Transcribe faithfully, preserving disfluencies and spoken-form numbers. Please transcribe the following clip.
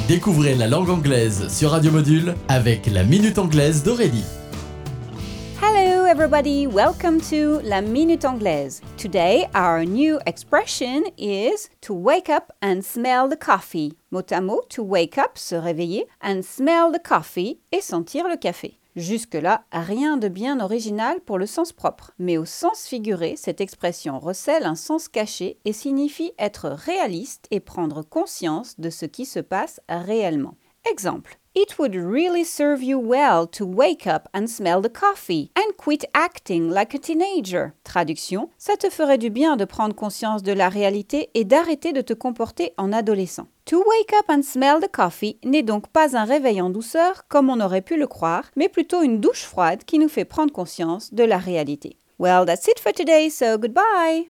Découvrez la langue anglaise sur Radio Module avec la Minute Anglaise d'Aurélie. Hello everybody, welcome to La Minute Anglaise. Today our new expression is to wake up and smell the coffee. Mot à mot, to wake up, se réveiller, and smell the coffee, et sentir le café. Jusque-là, rien de bien original pour le sens propre. Mais au sens figuré, cette expression recèle un sens caché et signifie être réaliste et prendre conscience de ce qui se passe réellement. Exemple. It would really serve you well to wake up and smell the coffee and quit acting like a teenager. Traduction, ça te ferait du bien de prendre conscience de la réalité et d'arrêter de te comporter en adolescent. To wake up and smell the coffee n'est donc pas un réveil en douceur comme on aurait pu le croire, mais plutôt une douche froide qui nous fait prendre conscience de la réalité. Well, that's it for today, so goodbye!